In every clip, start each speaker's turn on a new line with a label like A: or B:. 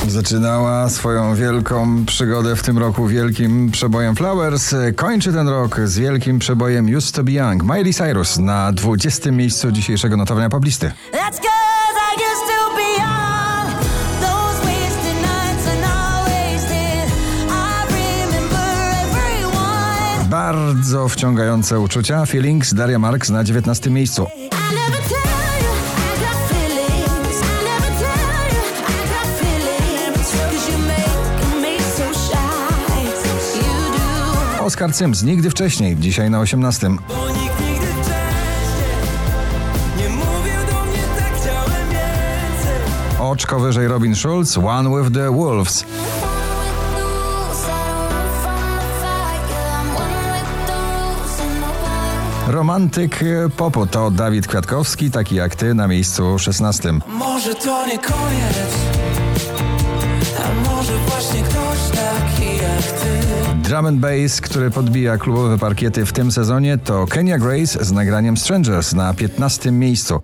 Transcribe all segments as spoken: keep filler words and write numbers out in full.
A: Zaczynała swoją wielką przygodę w tym roku wielkim przebojem Flowers. Kończy ten rok z wielkim przebojem Used to be Young. Miley Cyrus na dwudziestym miejscu dzisiejszego notowania poblisty. Bardzo wciągające uczucia. Feelings, Daria Marks na dziewiętnastym miejscu. Oscar Sims, Nigdy wcześniej, dzisiaj na osiemnastym. Oczko wyżej Robin Schulz, One with the Wolves. Romantyk popu to Dawid Kwiatkowski, taki jak ty, na miejscu szesnastym.
B: Może to nie koniec, a może właśnie ktoś taki jak ty.
A: Drum and bass, który podbija klubowe parkiety w tym sezonie, to Kenya Grace z nagraniem Strangers na piętnastym miejscu.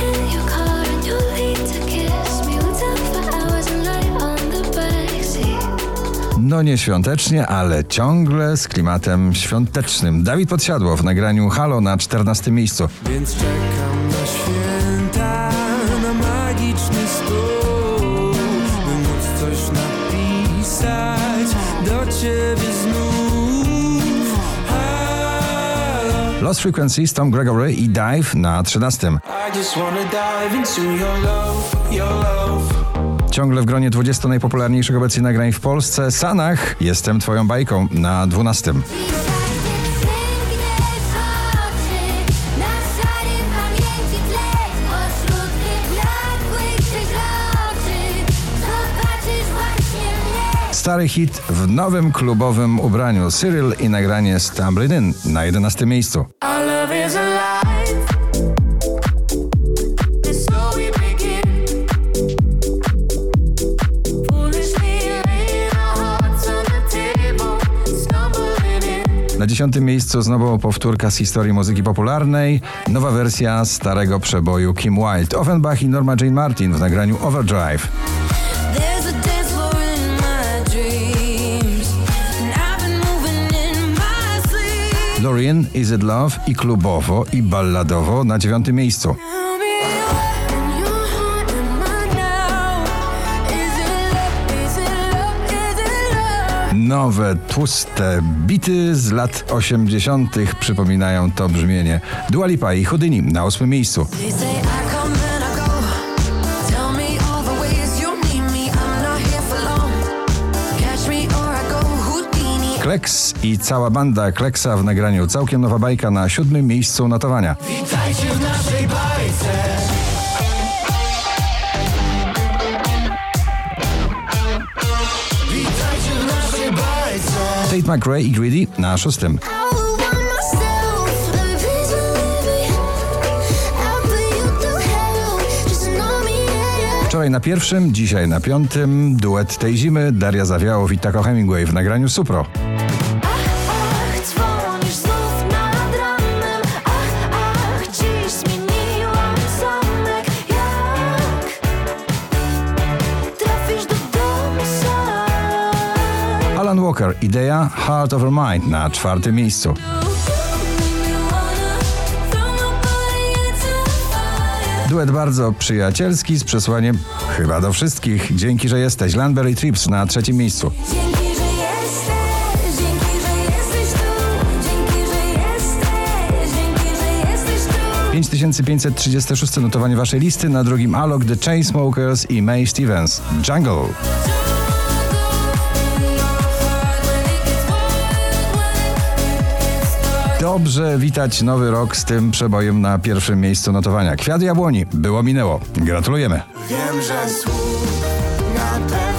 A: No nie świątecznie, ale ciągle z klimatem świątecznym. Dawid Podsiadło w nagraniu Halo na czternastym miejscu.
B: Więc czekam na święta, na magiczny stół, by móc coś napisać do ciebie znów. Halo.
A: Lost Frequencies, Tom Gregory i Dive na trzynastym.
B: I just wanna dive into your love, your love.
A: Ciągle w gronie dwudziestu najpopularniejszych obecnie nagrań w Polsce. Sanach, Jestem twoją bajką na dwunastym. Stary hit w nowym klubowym ubraniu. Cyril i nagranie Stumbling In na jedenastym miejscu. Na dziesiątym miejscu znowu powtórka z historii muzyki popularnej, nowa wersja starego przeboju Kim Wilde, Offenbach i Norma Jean Martin w nagraniu Overdrive. Loreen, Is It Love i klubowo i balladowo na dziewiątym miejscu. Nowe, tłuste bity z lat osiemdziesiątych przypominają to brzmienie. Dua Lipa i Houdini na ósmym miejscu. Kleks i cała banda Kleksa w nagraniu Całkiem nowa bajka na siódmym miejscu notowania.
B: Witajcie w naszej bajce.
A: Tate McRae i Greedy na szóstym. Wczoraj na pierwszym, dzisiaj na piątym. Duet tej zimy Daria Zawiałow i Taco Hemingway w nagraniu Supro. Alan Walker, Idea, Heart Over Mind na czwartym miejscu. Duet bardzo przyjacielski z przesłaniem chyba do wszystkich. Dzięki, że jesteś. Landberry Trips na trzecim miejscu.
C: Dzięki, że jesteś, dzięki, że jesteś tu, dzięki, że jesteś, dzięki, że jesteś tu.
A: pięć tysięcy pięćset trzydzieści sześć notowanie waszej listy, na drugim Alok, The Chainsmokers i Mae Stevens, Jungle. Dobrze witać nowy rok z tym przebojem na pierwszym miejscu notowania. Kwiat jabłoni, było minęło. Gratulujemy.
B: Wiem, że słów na pewno